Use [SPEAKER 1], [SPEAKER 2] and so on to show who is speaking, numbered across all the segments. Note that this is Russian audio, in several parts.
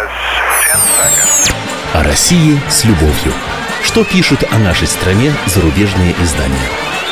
[SPEAKER 1] О России с любовью. Что пишут о нашей стране зарубежные издания?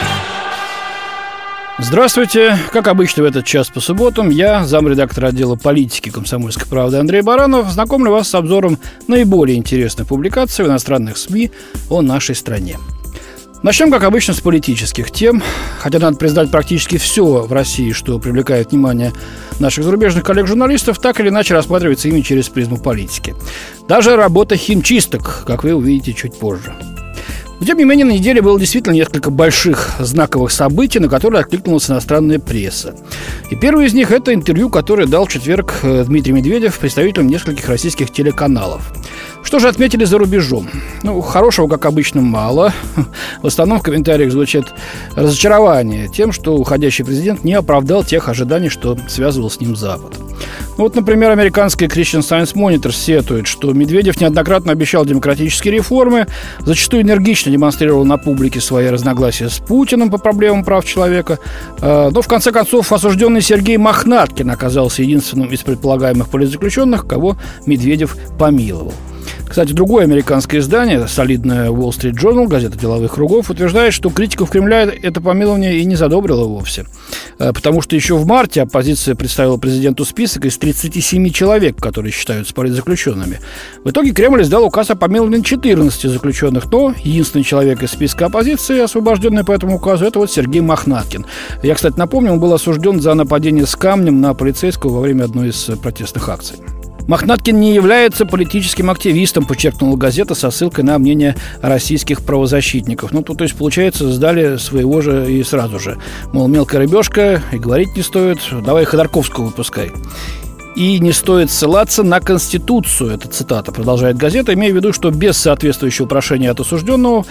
[SPEAKER 2] Здравствуйте. Как обычно в этот час по субботам я, замредактор отдела политики «Комсомольской правды» Андрей Баранов, знакомлю вас с обзором наиболее интересных публикаций в иностранных СМИ о нашей стране. Начнем, как обычно, с политических тем. Хотя надо признать, практически все в России, что привлекает внимание наших зарубежных коллег-журналистов, так или иначе рассматривается ими через призму политики. Даже работа химчисток, как вы увидите чуть позже. Но, тем не менее, на неделе было действительно несколько больших знаковых событий, на которые откликнулась иностранная пресса. И первое из них – это интервью, которое дал в четверг Дмитрий Медведев представителям нескольких российских телеканалов. Что же отметили за рубежом? Хорошего, как обычно, мало. В основном в комментариях звучит разочарование тем, что уходящий президент не оправдал тех ожиданий, что связывал с ним Запад. Например, американский Christian Science Monitor сетует, что Медведев неоднократно обещал демократические реформы, зачастую энергично демонстрировал на публике свои разногласия с Путиным по проблемам прав человека. Но, в конце концов, осужденный Сергей Мохнаткин оказался единственным из предполагаемых политзаключенных, кого Медведев помиловал. Кстати, другое американское издание, солидное Wall Street Journal, газета деловых кругов, утверждает, что критиков Кремля это помилование и не задобрило вовсе. Потому что еще в марте оппозиция представила президенту список из 37 человек, которые считаются политзаключенными. В итоге Кремль издал указ о помиловании 14 заключенных, но единственный человек из списка оппозиции, освобожденный по этому указу, это Сергей Мохнаткин. Я, кстати, напомню, он был осужден за нападение с камнем на полицейского во время одной из протестных акций. Мохнаткин не является политическим активистом, подчеркнула газета со ссылкой на мнение российских правозащитников. То есть, получается, сдали своего же и сразу же. Мол, мелкая рыбешка, и говорить не стоит, давай Ходорковского выпускай. И не стоит ссылаться на Конституцию, это цитата, продолжает газета, имея в виду, что без соответствующего прошения от осужденного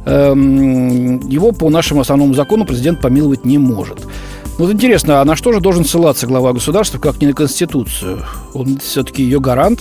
[SPEAKER 2] его по нашему основному закону президент помиловать не может. Интересно, а на что же должен ссылаться глава государства, как не на Конституцию? Он все-таки ее гарант?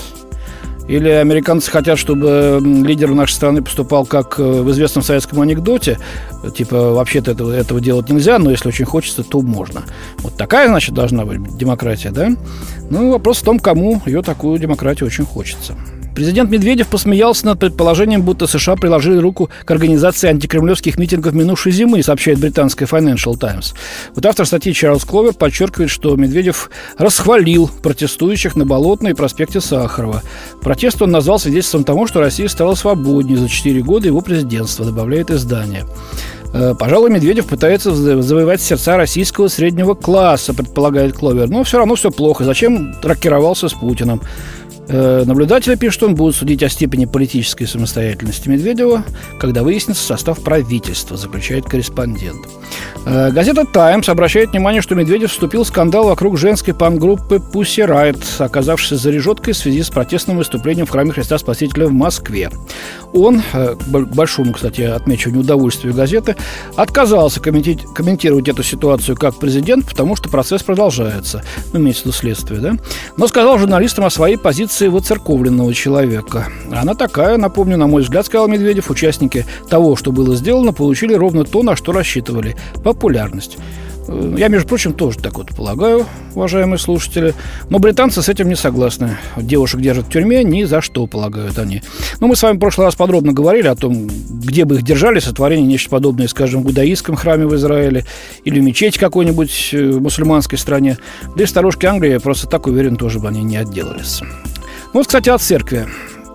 [SPEAKER 2] Или американцы хотят, чтобы лидер нашей страны поступал как в известном советском анекдоте, типа, вообще-то этого делать нельзя, но если очень хочется, то можно. Такая, значит, должна быть демократия, да? Вопрос в том, кому ее такую демократию очень хочется. Президент Медведев посмеялся над предположением, будто США приложили руку к организации антикремлевских митингов минувшей зимы, сообщает британская Financial Times. Автор статьи Чарльз Кловер подчеркивает, что Медведев расхвалил протестующих на Болотной и проспекте Сахарова. Протест он назвал свидетельством того, что Россия стала свободнее за 4 года его президентства, добавляет издание. Пожалуй, Медведев пытается завоевать сердца российского среднего класса, предполагает Кловер. Но все равно все плохо. Зачем рокировался с Путиным? Наблюдатели, пишут он, будут судить о степени политической самостоятельности Медведева, когда выяснится состав правительства, заключает корреспондент. Газета «Таймс» обращает внимание, что Медведев вступил в скандал вокруг женской панк-группы Pussy Riot, оказавшейся за решеткой в связи с протестным выступлением в храме Христа Спасителя в Москве. Он, к большому, кстати, отмечу, неудовольствию газеты, отказался комментировать эту ситуацию как президент, потому что процесс продолжается. Имеется в виду следствие, да? Но сказал журналистам о своей позиции воцерковленного человека. Она такая, напомню, на мой взгляд, сказал Медведев, участники того, что было сделано, получили ровно то, на что рассчитывали – популярность. Я, между прочим, тоже так полагаю, уважаемые слушатели. Но британцы с этим не согласны. Девушек держат в тюрьме ни за что, полагают они. Мы с вами в прошлый раз подробно говорили о том, где бы их держали, сотворение нечто подобное, скажем, в буддаистском храме в Израиле или в мечети какой-нибудь в мусульманской стране. Да и старушки Англии, я просто так уверен, тоже бы они не отделались. Кстати, о церкви.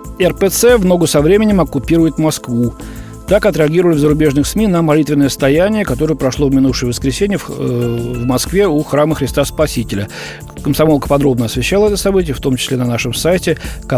[SPEAKER 2] РПЦ в ногу со временем оккупирует Москву. Так отреагировали в зарубежных СМИ на молитвенное стояние, которое прошло в минувшее воскресенье в Москве у храма Христа Спасителя. Комсомолка подробно освещала это событие, в том числе на нашем сайте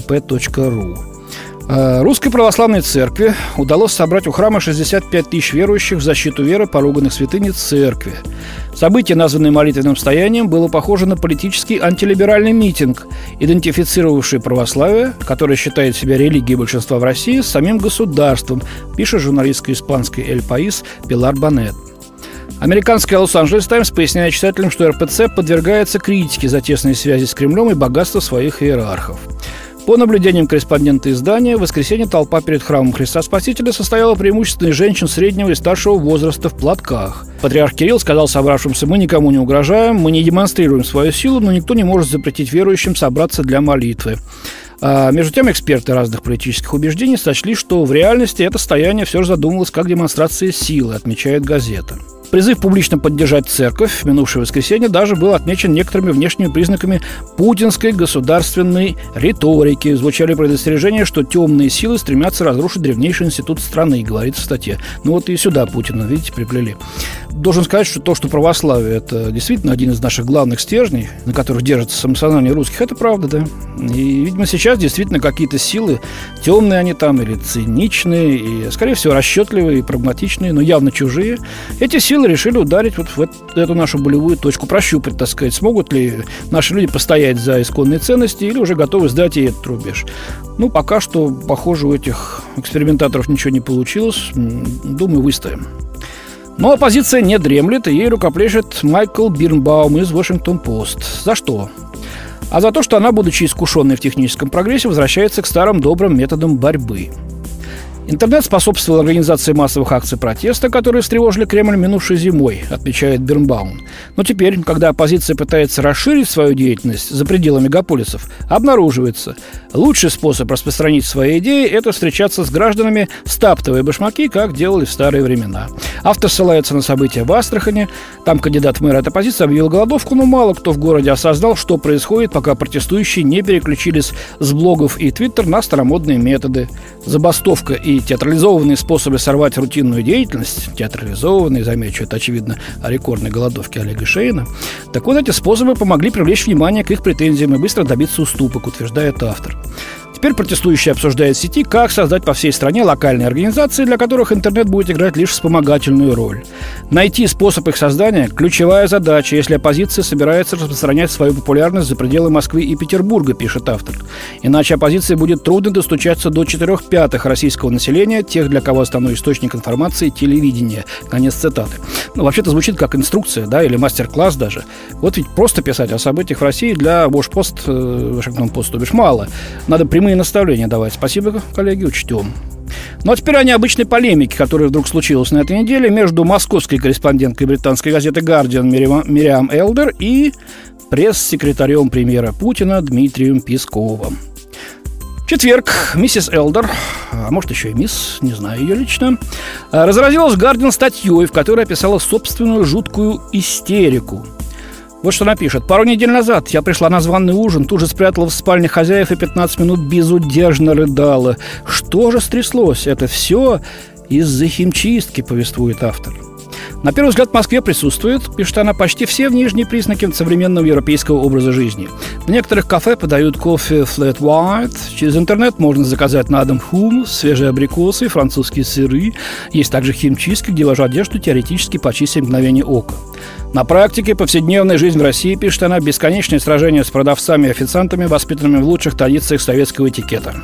[SPEAKER 2] kp.ru. Русской православной церкви удалось собрать у храма 65 тысяч верующих в защиту веры поруганных святынь церкви. Событие, названное молитвенным стоянием, было похоже на политический антилиберальный митинг, идентифицировавший православие, которое считает себя религией большинства в России, с самим государством, пишет журналистка испанской «Эль Паис» Пилар Бонет. Американская «Лос-Анджелес Таймс» поясняет читателям, что РПЦ подвергается критике за тесные связи с Кремлем и богатство своих иерархов. По наблюдениям корреспондента издания, в воскресенье толпа перед храмом Христа Спасителя состояла преимущественно из женщин среднего и старшего возраста в платках. Патриарх Кирилл сказал собравшимся: «Мы никому не угрожаем, мы не демонстрируем свою силу, но никто не может запретить верующим собраться для молитвы». Между тем, эксперты разных политических убеждений сочли, что в реальности это стояние все же задумывалось как демонстрация силы, отмечает газета. Призыв публично поддержать церковь в минувшее воскресенье даже был отмечен некоторыми внешними признаками путинской государственной риторики. Звучали предостережения, что темные силы стремятся разрушить древнейший институт страны, говорится в статье. Ну вот и сюда Путина, видите, приплели. Должен сказать, что то, что православие – это действительно один из наших главных стержней, на которых держится самосознание русских, это правда, да. И, видимо, сейчас действительно какие-то силы, темные они там или циничные, и, скорее всего, расчетливые и прагматичные, но явно чужие, эти силы решили ударить вот в эту нашу болевую точку, прощупать, так сказать, смогут ли наши люди постоять за исконные ценности или уже готовы сдать и этот рубеж. Ну, пока что, похоже, у этих экспериментаторов ничего не получилось. Думаю, выстоим. Но оппозиция не дремлет, и ей рукоплещет Майкл Бирнбаум из «Вашингтон-Пост». За что? А за то, что она, будучи искушенной в техническом прогрессе, возвращается к старым добрым методам борьбы. Интернет способствовал организации массовых акций протеста, которые встревожили Кремль минувшей зимой, отмечает Бирнбаум. Но теперь, когда оппозиция пытается расширить свою деятельность за пределы мегаполисов, обнаруживается, лучший способ распространить свои идеи – это встречаться с гражданами в стаптовые башмаки, как делали в старые времена. Автор ссылается на события в Астрахани. Там кандидат в мэры от оппозиции объявил голодовку, но мало кто в городе осознал, что происходит, пока протестующие не переключились с блогов и твиттер на старомодные методы. Забастовка и театрализованные способы сорвать рутинную деятельность, театрализованные, замечу, это очевидно о рекордной голодовке Олега Шейна, так вот эти способы помогли привлечь внимание к их претензиям и быстро добиться уступок, утверждает автор. Теперь протестующие обсуждают в сети, как создать по всей стране локальные организации, для которых интернет будет играть лишь вспомогательную роль. Найти способ их создания – ключевая задача, если оппозиция собирается распространять свою популярность за пределы Москвы и Петербурга, пишет автор. Иначе оппозиции будет трудно достучаться до 4/5 российского населения, тех, для кого основной источник информации – телевидение. Конец цитаты. Ну, вообще-то звучит как инструкция, да, или мастер-класс даже. Вот ведь просто писать о событиях в России для Вашингтон-Пост, то бишь, мало. Надо прямые наставления давать. Спасибо, коллеги, учтем. Ну а теперь о необычной полемике, которая вдруг случилась на этой неделе между московской корреспонденткой британской газеты «Гардиан» Мириам Элдер и пресс-секретарем премьера Путина Дмитрием Песковым. В четверг миссис Элдер, а может еще и мисс, не знаю ее лично, разразилась в «Гардиан» статьей, в которой описала собственную жуткую истерику. Вот что она пишет. «Пару недель назад я пришла на званый ужин, тут же спрятала в спальне хозяев и 15 минут безудержно рыдала. Что же стряслось? Это все из-за химчистки», повествует автор. На первый взгляд в Москве присутствуют, пишет она, почти все внешние признаки современного европейского образа жизни. В некоторых кафе подают кофе flat white, через интернет можно заказать на дом хумус, свежие абрикосы, французские сыры. Есть также химчистки, где вашу одежду теоретически почистят в мгновение ока. На практике повседневная жизнь в России, пишет она, бесконечное сражение с продавцами и официантами, воспитанными в лучших традициях советского этикета.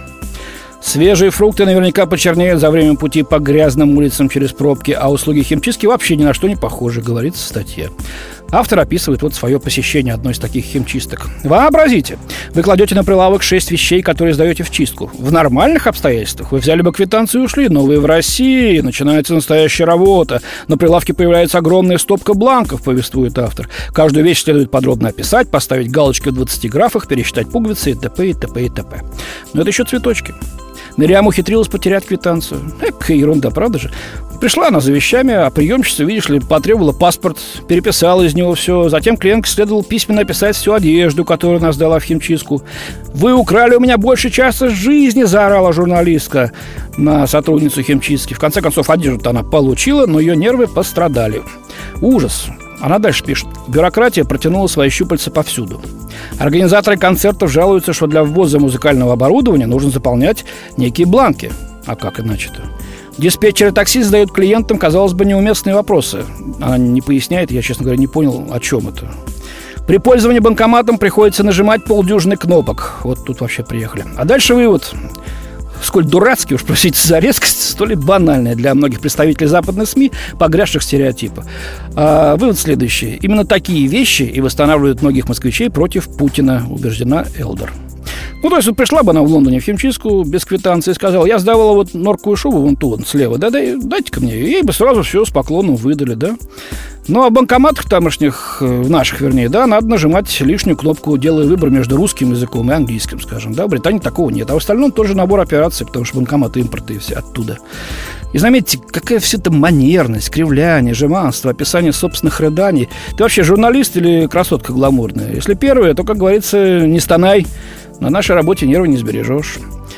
[SPEAKER 2] Свежие фрукты наверняка почернеют за время пути по грязным улицам через пробки, а услуги химчистки вообще ни на что не похожи, говорится в статье. Автор описывает вот свое посещение одной из таких химчисток. Вообразите, вы кладете на прилавок 6 вещей, которые сдаете в чистку. В нормальных обстоятельствах вы взяли бы квитанцию и ушли, но вы в России, начинается настоящая работа. На прилавке появляется огромная стопка бланков, повествует автор. Каждую вещь следует подробно описать, поставить галочки в 20 графах, пересчитать пуговицы и т.п. и т.п. и т.п. Но это еще цветочки. Мириам ухитрилась потерять квитанцию. Какая ерунда, правда же? Пришла она за вещами, а приемщица, видишь ли, потребовала паспорт, переписала из него все. Затем клиентке следовало письменно описать всю одежду, которую она сдала в химчистку. «Вы украли у меня больше часа жизни!» – заорала журналистка на сотрудницу химчистки. В конце концов, одежду-то она получила, но ее нервы пострадали. Ужас. Она дальше пишет. Бюрократия протянула свои щупальца повсюду. Организаторы концертов жалуются, что для ввоза музыкального оборудования нужно заполнять некие бланки. А как иначе-то? Диспетчеры такси задают клиентам, казалось бы, неуместные вопросы. Она не поясняет, я, честно говоря, не понял, о чем это. При пользовании банкоматом приходится нажимать полдюжины кнопок. Вот тут вообще приехали. А дальше вывод. Сколь дурацкий, уж простите за резкость, столь банальная для многих представителей западных СМИ, погрязших в стереотипах. Вывод следующий. Именно такие вещи и восстанавливают многих москвичей против Путина, убеждена Элдер. Ну, то есть, вот пришла бы она в Лондоне в химчистку без квитанции и сказала, я сдавала вот норковую шубу вон ту, вон слева, да, дайте-ка мне. И ей бы сразу все с поклоном выдали, да. Ну, а в банкоматах тамошних, в наших, вернее, да, надо нажимать лишнюю кнопку, делая выбор между русским языком и английским, скажем. Да, в Британии такого нет. А в остальном тоже набор операций, потому что банкоматы импорты все оттуда. И заметьте, какая все это манерность, кривляние, жеманство, описание собственных рыданий. Ты вообще журналист или красотка гламурная? Если первое, то, как говорится, не стонай. На нашей работе нервы не сбережешь.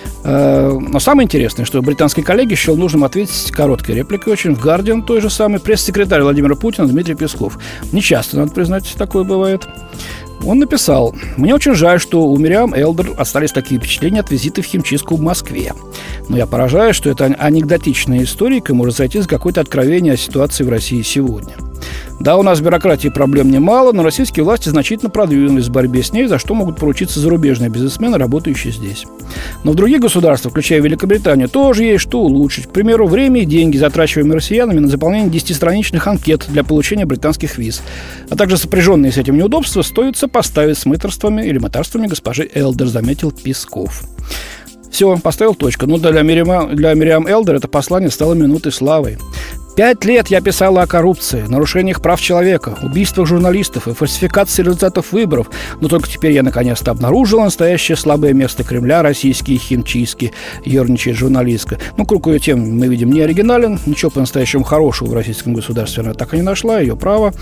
[SPEAKER 2] Но самое интересное, что британский коллеги счел нужным ответить короткой репликой очень в «Гардиан», той же самой пресс-секретарь Владимира Путина Дмитрий Песков. Нечасто, надо признать, такое бывает. Он написал: «Мне очень жаль, что у Мириам Элдер остались такие впечатления от визита в химчистку в Москве. Но я поражаюсь, что эта анекдотичная историка может зайти за какое-то откровение о ситуации в России сегодня. Да, у нас в бюрократии проблем немало, но российские власти значительно продвинулись в борьбе с ней, за что могут поручиться зарубежные бизнесмены, работающие здесь. Но в других государствах, включая Великобританию, тоже есть что улучшить. К примеру, время и деньги, затрачиваемые россиянами на заполнение 10-страничных анкет для получения британских виз, а также сопряженные с этим неудобства, стоит сопоставить с мытарствами или мытарствами госпожи Элдер», заметил Песков. Все, поставил точку. Но для Мириам Элдер это послание стало минутой славы. 5 лет я писала о коррупции, нарушениях прав человека, убийствах журналистов и фальсификации результатов выборов. Но только теперь я наконец-то обнаружила настоящее слабое место Кремля, российские химчистки, ерничает журналистка. Ну, круг ее тем, мы видим, не оригинален. Ничего по-настоящему хорошего в российском государстве она так и не нашла, ее право.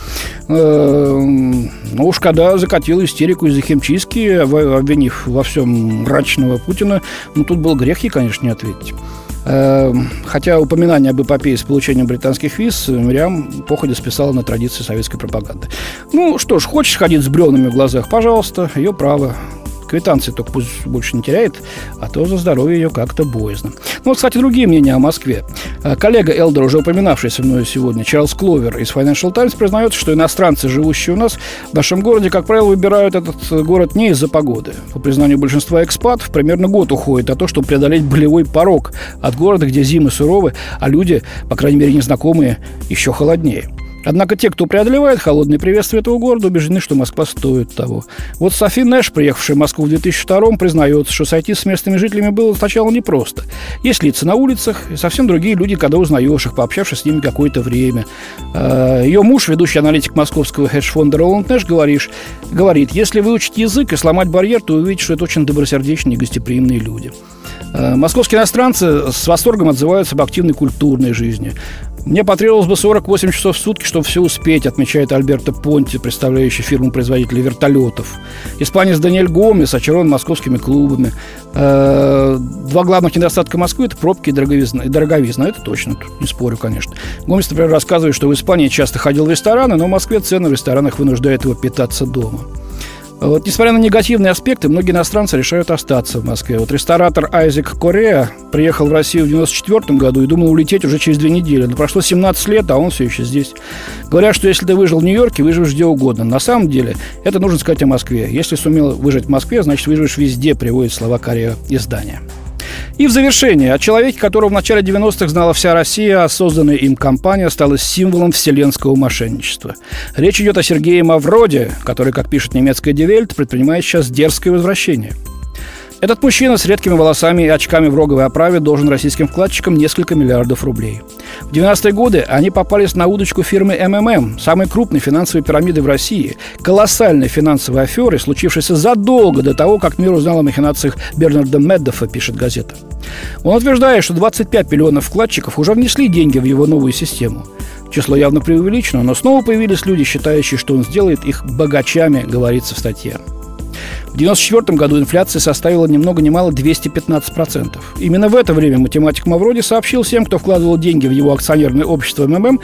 [SPEAKER 2] Но уж когда закатила истерику из-за химчистки, обвинив во всем мрачного Путина, ну, тут был грех ей, конечно, не ответить. Хотя упоминание об эпопее с получением британских виз Мириам походя списала на традиции советской пропаганды. Ну что ж, хочешь ходить с бревнами в глазах, пожалуйста, ее право. Квитанции только пусть больше не теряет, а то за здоровье ее как-то боязно. Ну, вот, кстати, другие мнения о Москве. Коллега Элдер, уже упоминавшийся мною сегодня, Чарльз Кловер из Financial Times, признается, что иностранцы, живущие у нас в нашем городе, как правило, выбирают этот город не из-за погоды. По признанию большинства экспатов, примерно год уходит на то, чтобы преодолеть болевой порог от города, где зимы суровы, а люди, по крайней мере, незнакомые, еще холоднее. Однако те, кто преодолевает холодное приветствие этого города, убеждены, что Москва стоит того. Вот Софи Нэш, приехавшая в Москву в 2002-м, признается, что сойти с местными жителями было сначала непросто. Есть лица на улицах, и совсем другие люди, когда узнаешь их, пообщавшись с ними какое-то время. Ее муж, ведущий аналитик московского хедж-фонда Роланд Нэш, говорит, если выучить язык и сломать барьер, то увидите, что это очень добросердечные и гостеприимные люди. Московские иностранцы с восторгом отзываются об активной культурной жизни. «Мне потребовалось бы 48 часов в сутки, чтобы все успеть», отмечает Альберто Понти, представляющий фирму-производителей вертолетов. Испанец Даниэль Гомес очарован московскими клубами. Два главных недостатка Москвы – это пробки и дороговизна. Это точно, тут не спорю, конечно. Гомес, например, рассказывает, что в Испании часто ходил в рестораны, но в Москве цены в ресторанах вынуждают его питаться дома. Вот, несмотря на негативные аспекты, многие иностранцы решают остаться в Москве. Вот ресторатор Айзек Корея приехал в Россию в 1994 году и думал улететь уже через 2 недели. Но прошло 17 лет, а он все еще здесь. Говорят, что если ты выжил в Нью-Йорке, выживешь где угодно. На самом деле, это нужно сказать о Москве. Если сумел выжить в Москве, значит, выживешь везде, приводит слова Корея издания. И в завершение, о человеке, которого в начале 90-х знала вся Россия, а созданная им компания стала символом вселенского мошенничества. Речь идет о Сергее Мавроди, который, как пишет немецкая Die Welt, предпринимает сейчас дерзкое возвращение. Этот мужчина с редкими волосами и очками в роговой оправе должен российским вкладчикам несколько миллиардов рублей. В 90-е годы они попались на удочку фирмы МММ, самой крупной финансовой пирамиды в России, колоссальной финансовой аферы, случившейся задолго до того, как мир узнал о махинациях Бернарда Меддоффа, пишет газета. Он утверждает, что 25 миллионов вкладчиков уже внесли деньги в его новую систему. Число явно преувеличено, но снова появились люди, считающие, что он сделает их богачами, говорится в статье. В 1994 году инфляция составила ни много ни мало 215%. Именно в это время математик Мавроди сообщил всем, кто вкладывал деньги в его акционерное общество МММ,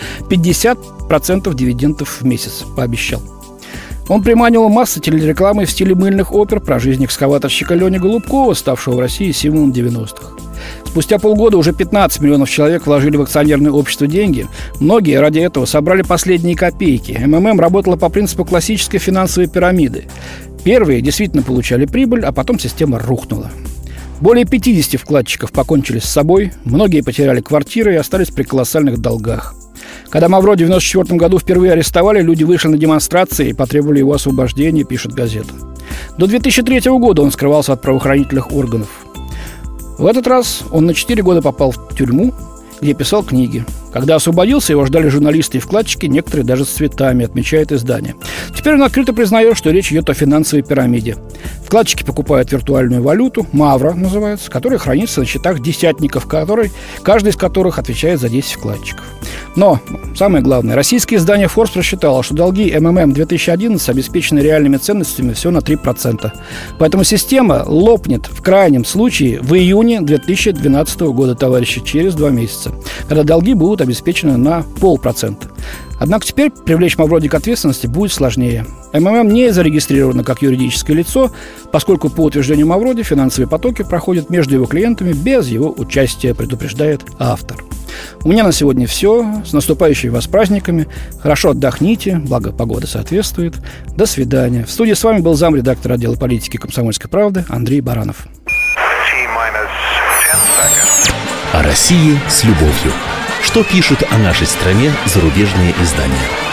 [SPEAKER 2] 50% дивидендов в месяц пообещал. Он приманивал массы телерекламы в стиле мыльных опер про жизнь экскаваторщика Лени Голубкова, ставшего в России символом 90-х. Спустя полгода уже 15 миллионов человек вложили в акционерное общество деньги. Многие ради этого собрали последние копейки. МММ работала по принципу классической финансовой пирамиды. Первые действительно получали прибыль, а потом система рухнула. Более 50 вкладчиков покончили с собой, многие потеряли квартиры и остались при колоссальных долгах. Когда Мавроди в 1994 году впервые арестовали, люди вышли на демонстрации и потребовали его освобождения, пишет газета. До 2003 года он скрывался от правоохранительных органов. В этот раз он на 4 года попал в тюрьму, где писал книги. Когда освободился, его ждали журналисты и вкладчики, некоторые даже с цветами, отмечает издание. Теперь он открыто признает, что речь идет о финансовой пирамиде. Вкладчики покупают виртуальную валюту, Мавра называется, которая хранится на счетах десятников, каждый из которых отвечает за 10 вкладчиков. Но самое главное, российское издание Forbes просчитало, что долги МММ 2011 обеспечены реальными ценностями всего на 3%. Поэтому система лопнет в крайнем случае в июне 2012 года, товарищи, через 2 месяца, когда долги будут обеспечены на 0,5%. Однако теперь привлечь Мавроди к ответственности будет сложнее. МММ не зарегистрировано как юридическое лицо, поскольку, по утверждению Мавроди, финансовые потоки проходят между его клиентами без его участия, предупреждает автор. У меня на сегодня все. С наступающими вас праздниками. Хорошо отдохните, благо погода соответствует. До свидания. В студии с вами был замредактор отдела политики «Комсомольской правды» Андрей Баранов.
[SPEAKER 1] О России с любовью. Что пишут о нашей стране зарубежные издания?